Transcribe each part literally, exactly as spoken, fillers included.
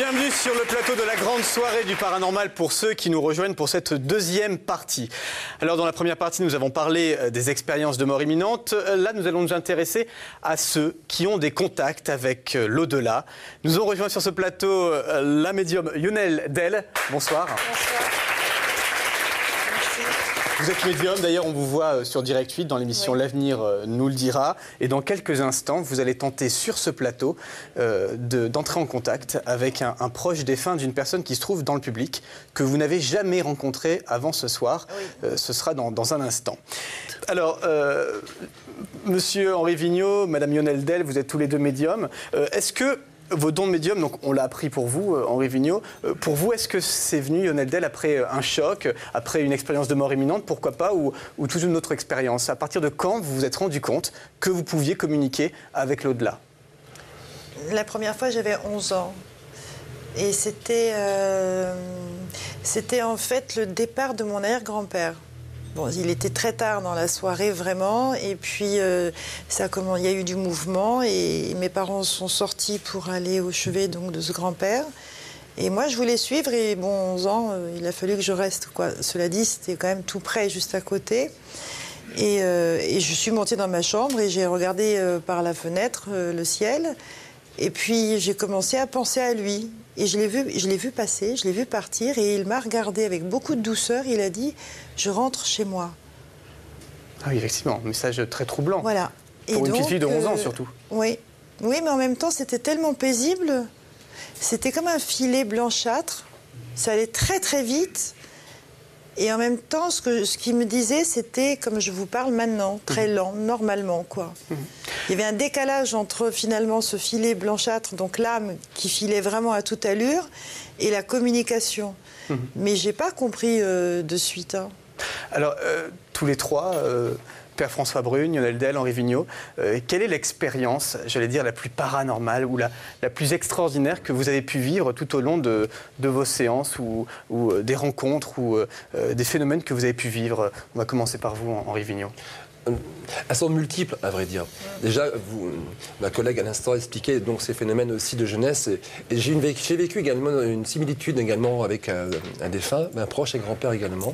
Bienvenue sur le plateau de la grande soirée du paranormal pour ceux qui nous rejoignent pour cette deuxième partie. Alors dans la première partie, nous avons parlé des expériences de mort imminente. Là, nous allons nous intéresser à ceux qui ont des contacts avec l'au-delà. Nous avons rejoint sur ce plateau la médium Yonel Del. Bonsoir. Bonsoir. Vous êtes médium, d'ailleurs on vous voit sur Direct huit dans l'émission oui. L'avenir nous le dira. Et dans quelques instants, vous allez tenter sur ce plateau euh, de, d'entrer en contact avec un, un proche défunt d'une personne qui se trouve dans le public, que vous n'avez jamais rencontré avant ce soir. Oui. Euh, ce sera dans, dans un instant. Alors, euh, monsieur Henri Vigneault, madame Yonel Del, vous êtes tous les deux médiums. Euh, est-ce que vos dons de médium, donc on l'a appris pour vous, Henri Vigneault. Pour vous, est-ce que c'est venu, Yonel Del, après un choc, après une expérience de mort imminente, pourquoi pas, ou, ou toute une autre expérience? À partir de quand vous vous êtes rendu compte que vous pouviez communiquer avec l'au-delà? La première fois, j'avais onze ans. Et c'était, euh, c'était en fait le départ de mon arrière-grand-père. Bon, il était très tard dans la soirée, vraiment, et puis euh, ça, comment, il y a eu du mouvement, et mes parents sont sortis pour aller au chevet donc, de ce grand-père. Et moi, je voulais suivre, et bon, onze ans, euh, il a fallu que je reste, quoi. Cela dit, c'était quand même tout près, juste à côté. Et, euh, et je suis montée dans ma chambre, et j'ai regardé euh, par la fenêtre euh, le ciel, et puis j'ai commencé à penser à lui. Et je l'ai vu, je l'ai vu passer, je l'ai vu partir, et il m'a regardé avec beaucoup de douceur. Il a dit « Je rentre chez moi ». Ah oui, effectivement, un message très troublant. Voilà. Pour et une donc, petite fille de onze ans, surtout. Oui. Oui, mais en même temps, c'était tellement paisible. C'était comme un filet blanchâtre. Ça allait très, très vite. Et en même temps, ce que, ce qu'il me disait, c'était, comme je vous parle maintenant, très lent, normalement, quoi. Mmh. Il y avait un décalage entre, finalement, ce filet blanchâtre, donc l'âme qui filait vraiment à toute allure, et la communication. Mmh. Mais j'ai pas compris euh, de suite. Hein. Alors, euh, tous les trois... Euh... Père François Brune, Yonel Del, Henri Vigneault, euh, quelle est l'expérience, j'allais dire, la plus paranormale ou la, la plus extraordinaire que vous avez pu vivre tout au long de, de vos séances ou, ou euh, des rencontres ou euh, des phénomènes que vous avez pu vivre? On va commencer par vous, Henri Vigneault. Elles sont multiples, à vrai dire. Déjà, vous, ma collègue à l'instant expliquait donc ces phénomènes aussi de jeunesse. Et, et j'ai, une, j'ai vécu également une similitude également avec un, un défunt, un proche et grand-père également.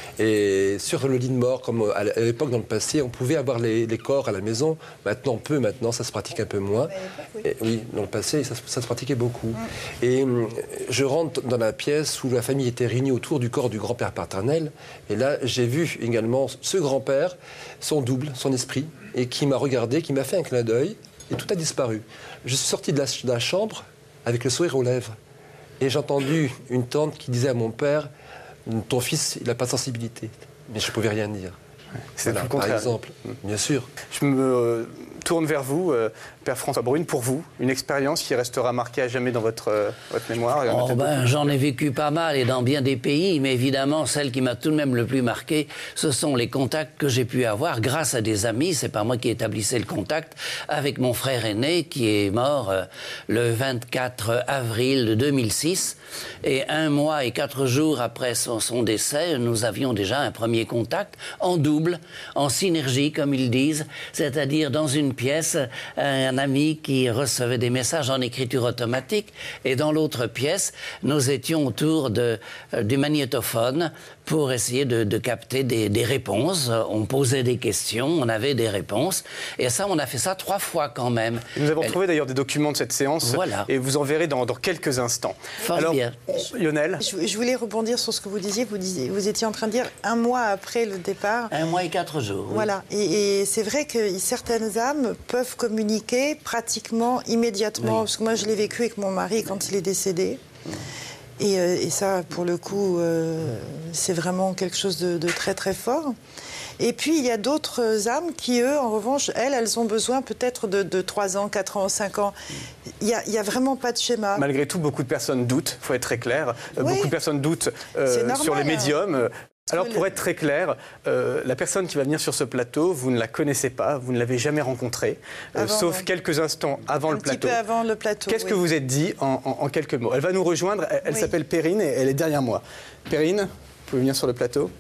Et sur le lit de mort, comme à l'époque dans le passé, on pouvait avoir les, les corps à la maison. Maintenant, on peut, maintenant, ça se pratique un peu moins. Oui, et, oui dans le passé, ça, ça se pratiquait beaucoup. Mm. Et je rentre dans la pièce où la famille était réunie autour du corps du grand-père paternel. Et là, j'ai vu également ce grand-père, son double, son esprit, et qui m'a regardé, qui m'a fait un clin d'œil, et tout a disparu. Je suis sorti de la, de la chambre avec le sourire aux lèvres. Et j'ai entendu une tante qui disait à mon père: ton fils, il n'a pas de sensibilité. Mais je ne pouvais rien dire. C'est voilà, tout le contraire. Par exemple, bien sûr. Je me euh, tourne vers vous, euh, Père François Brune, pour vous, une expérience qui restera marquée à jamais dans votre, euh, votre mémoire. Oh ben, j'en ai vécu pas mal et dans bien des pays, mais évidemment, celle qui m'a tout de même le plus marqué, ce sont les contacts que j'ai pu avoir grâce à des amis. C'est pas moi qui établissais le contact avec mon frère aîné qui est mort euh, le vingt-quatre avril deux mille six. Et un mois et quatre jours après son, son décès, nous avions déjà un premier contact en double, en synergie, comme ils disent, c'est-à-dire dans une pièce, un ami qui recevait des messages en écriture automatique, et dans l'autre pièce, nous étions autour de, euh, du magnétophone pour essayer de, de capter des, des réponses. On posait des questions, on avait des réponses, et ça, on a fait ça trois fois quand même. Nous avons Elle... trouvé d'ailleurs des documents de cette séance, voilà. Et vous en verrez dans, dans quelques instants. Fort Alors, bien. Yonel, je, je voulais rebondir sur ce que vous disiez. Vous, disiez. vous étiez en train de dire un mois après le départ. Un mois et quatre jours. Oui. Voilà. Et, et c'est vrai que certaines âmes peuvent communiquer pratiquement immédiatement. Oui. Parce que moi, je l'ai vécu avec mon mari quand il est décédé. Oui. Et, euh, et ça, pour le coup, euh, c'est vraiment quelque chose de, de très, très fort. Et puis, il y a d'autres âmes qui, eux, en revanche, elles, elles ont besoin peut-être de, de trois ans, quatre ans, cinq ans. Il n'y a, a vraiment pas de schéma. Malgré tout, beaucoup de personnes doutent, il faut être très clair. Oui. Beaucoup de personnes doutent euh, normal, sur les médiums. Hein. Alors, pour être très clair, euh, la personne qui va venir sur ce plateau, vous ne la connaissez pas, vous ne l'avez jamais rencontrée, euh, avant, sauf ouais. quelques instants avant Un le plateau. Un petit peu avant le plateau, Qu'est-ce oui. que vous êtes dit en, en, en quelques mots? Elle va nous rejoindre, elle, elle oui. s'appelle Perrine et elle est derrière moi. Perrine, vous pouvez venir sur le plateau.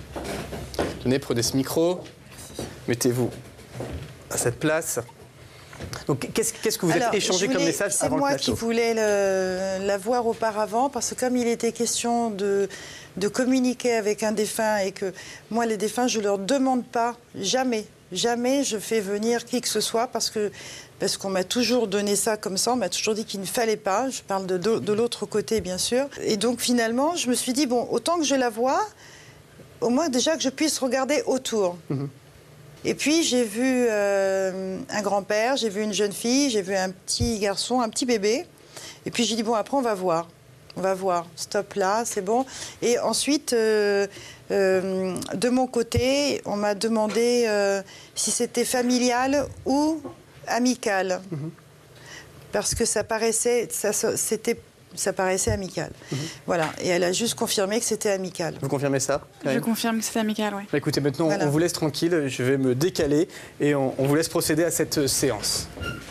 Tenez, prenez ce micro, mettez-vous à cette place. Donc qu'est-ce qu'est-ce que vous Alors, êtes échangé voulais, comme message avant le plateau? C'est moi qui voulais le, la voir auparavant, parce que comme il était question de, de communiquer avec un défunt, et que moi, les défunts, je ne leur demande pas, jamais, jamais je fais venir qui que ce soit, parce que parce qu'on m'a toujours donné ça comme ça, on m'a toujours dit qu'il ne fallait pas, je parle de, de, de l'autre côté, bien sûr. Et donc, finalement, je me suis dit, bon, autant que je la vois, au moins déjà que je puisse regarder autour. Mmh. Et puis, j'ai vu euh, un grand-père, j'ai vu une jeune fille, j'ai vu un petit garçon, un petit bébé. Et puis, j'ai dit, bon, après, on va voir. On va voir. Stop là, c'est bon. Et ensuite, euh, euh, de mon côté, on m'a demandé euh, si c'était familial ou amical. Mmh. Parce que ça paraissait, ça, c'était, ça paraissait amical. Mmh. Voilà. Et elle a juste confirmé que c'était amical. Vous confirmez ça? Je confirme que c'était amical, oui. Bah, écoutez, maintenant, voilà. On vous laisse tranquille. Je vais me décaler et on, on vous laisse procéder à cette séance.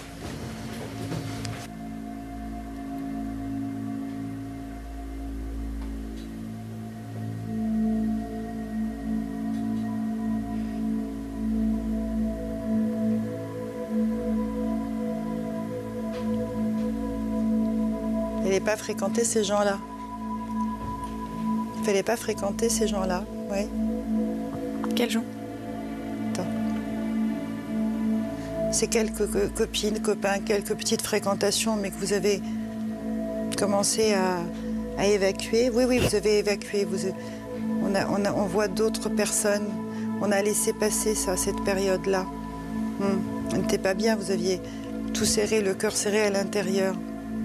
Il ne fallait pas fréquenter ces gens-là. Il ne fallait pas fréquenter ces gens-là, oui. Quels gens? Attends. C'est quelques co copines, copains, quelques petites fréquentations, mais que vous avez commencé à, à évacuer. Oui, oui, vous avez évacué. Vous avez... On, a, on, a, on voit d'autres personnes. On a laissé passer ça, cette période-là. Hum. On n'était pas bien, vous aviez tout serré, le cœur serré à l'intérieur.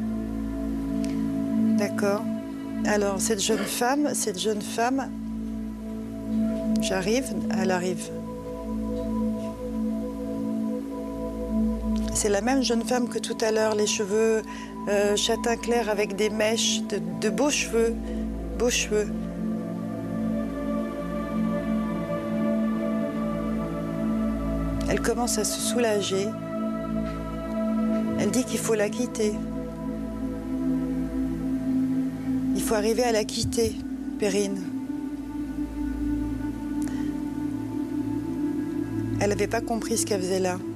D'accord. Alors, cette jeune femme, cette jeune femme, j'arrive, elle arrive. C'est la même jeune femme que tout à l'heure, les cheveux euh, châtain clair avec des mèches, de, de beaux cheveux, beaux cheveux. Elle commence à se soulager. Elle dit qu'il faut la quitter. Il faut arriver à la quitter, Perrine. Elle n'avait pas compris ce qu'elle faisait là.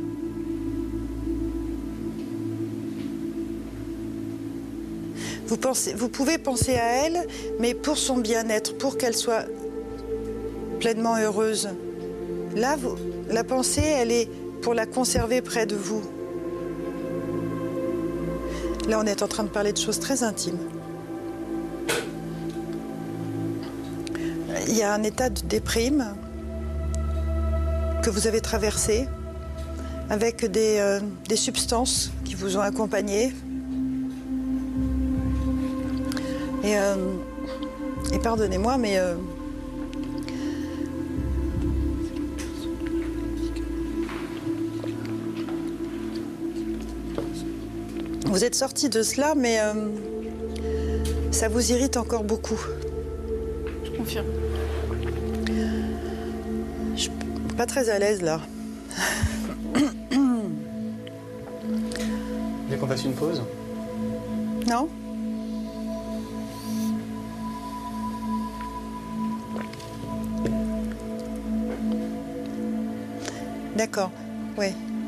Vous, pensez, vous pouvez penser à elle, mais pour son bien-être, pour qu'elle soit pleinement heureuse. Là, vous, la pensée, elle est pour la conserver près de vous. Là, on est en train de parler de choses très intimes. Il y a un état de déprime que vous avez traversé avec des, euh, des substances qui vous ont accompagné. Et, euh, et pardonnez-moi, mais euh, vous êtes sorti de cela, mais euh, ça vous irrite encore beaucoup. Je confirme. Je suis pas très à l'aise là. Vous voulez qu'on fasse une pause? Non? D'accord, oui.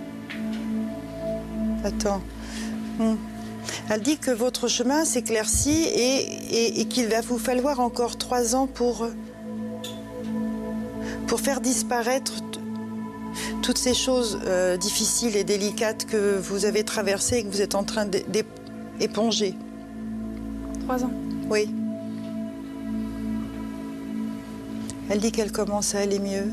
Attends. Hmm. Elle dit que votre chemin s'éclaircit et, et, et qu'il va vous falloir encore trois ans pour, pour faire disparaître toutes ces choses euh, difficiles et délicates que vous avez traversées et que vous êtes en train d'éponger. Trois ans? Oui. Elle dit qu'elle commence à aller mieux.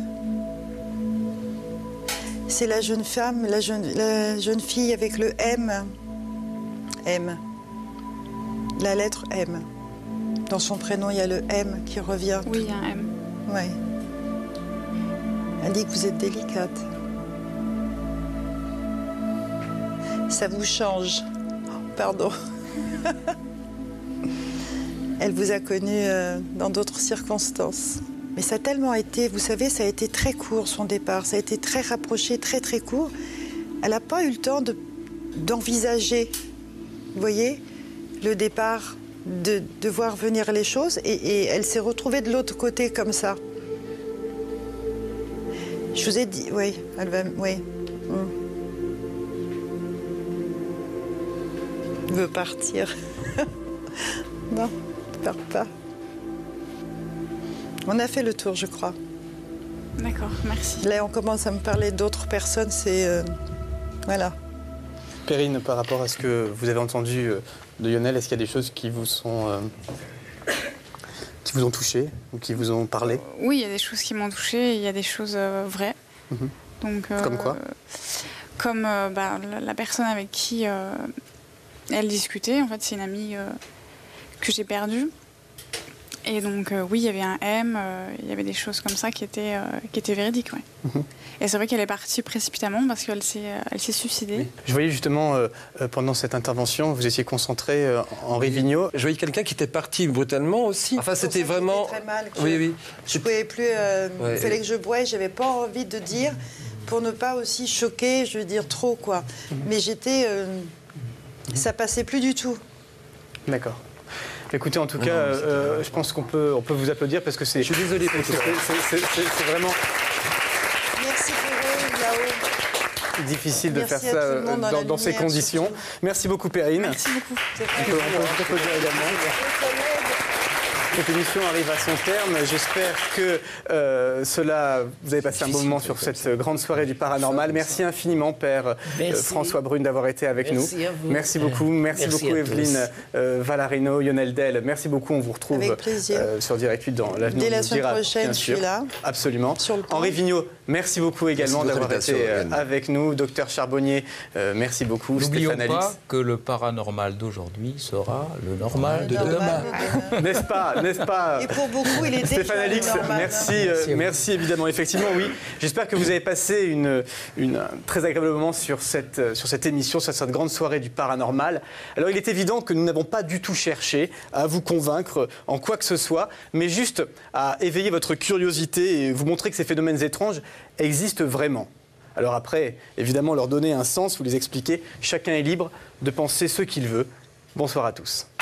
C'est la jeune femme, la jeune, la jeune fille avec le M. M. La lettre M. Dans son prénom, il y a le M qui revient. Oui, il y a un M. Oui. Elle dit que vous êtes délicate. Ça vous change. Pardon. Elle vous a connu euh, dans d'autres circonstances. Mais ça a tellement été, vous savez, ça a été très court son départ. Ça a été très rapproché, très très court. Elle n'a pas eu le temps de, d'envisager, vous voyez, le départ, de, de voir venir les choses. Et, et elle s'est retrouvée de l'autre côté comme ça. Je vous ai dit, oui, elle va, oui. Hum. veut partir. Non, ne pars pas. On a fait le tour, je crois. D'accord, merci. Là, on commence à me parler d'autres personnes, c'est... euh, voilà. Perrine, par rapport à ce que vous avez entendu euh, de Lionel, est-ce qu'il y a des choses qui vous sont... euh, qui vous ont touché ou qui vous ont parlé? Oui, il y a des choses qui m'ont touchée, il y a des choses euh, vraies. Mhm. Donc, euh, Comme quoi? Comme euh, bah, la, la personne avec qui euh, elle discutait, en fait, c'est une amie euh, que j'ai perdue. Et donc, euh, oui, il y avait un M, euh, il y avait des choses comme ça qui étaient, euh, qui étaient véridiques, ouais. Mhm. Et c'est vrai qu'elle est partie précipitamment parce qu'elle s'est, euh, elle s'est suicidée. Oui. Je voyais justement, euh, euh, pendant cette intervention, vous étiez concentré, euh, Henri Vigneault. Je voyais quelqu'un qui était parti brutalement aussi. Enfin, c'était Pour ça, vraiment... j'étais très mal, que Oui, je- oui. Je ne pouvais plus... euh, Ouais, il fallait et- que je bois et je n'avais pas envie de dire pour ne pas aussi choquer, je veux dire trop, quoi. Mais j'étais... euh, ça passait plus du tout. D'accord. Écoutez, en tout Non, cas, non, mais c'était- euh, je pense qu'on peut, on peut vous applaudir parce que c'est... Je suis désolé pour c'est- tout ça. c'est- c'est- c'est- c'est vraiment Merci pour eux, là-haut. difficile de Merci faire à ça tout le euh, monde dans dans, la dans ces lumière, conditions. surtout. Merci beaucoup, Perrine. Merci beaucoup. C'est On peut, vrai. on peut vous applaudir également. Cette émission arrive à son terme. J'espère que euh, cela, vous avez passé un bon moment sur cette grande soirée du paranormal. Merci infiniment, Père euh, Merci. François Brune, d'avoir été avec Merci nous. à vous. Merci beaucoup. Merci, Merci beaucoup, à Evelyne tous. euh, Valarino, Lionel Del. Merci beaucoup. On vous retrouve Avec plaisir. euh, sur Direct huit dans l'avenir. Dès la nous semaine dira, prochaine, bien je sûr. suis là. Absolument. Sur le point. Henri Vigneault, merci beaucoup également Merci de votre d'avoir été invitation euh, également. avec nous. Docteur Charbonnier, euh, merci beaucoup. N'oublions Stéphane pas Alix. que le paranormal d'aujourd'hui sera le normal de Normal demain. de demain. N'est-ce pas, n'est-ce pas Et pour beaucoup, il est déjà Stéphane Alix, normal. merci, euh, Merci à vous. merci évidemment. Effectivement, oui. J'espère que vous avez passé une, une, un très agréable moment sur cette, euh, sur cette émission, sur cette grande soirée du paranormal. Alors, il est évident que nous n'avons pas du tout cherché à vous convaincre en quoi que ce soit, mais juste à éveiller votre curiosité et vous montrer que ces phénomènes étranges existent vraiment. Alors après, évidemment, leur donner un sens, vous les expliquer. Chacun est libre de penser ce qu'il veut. Bonsoir à tous.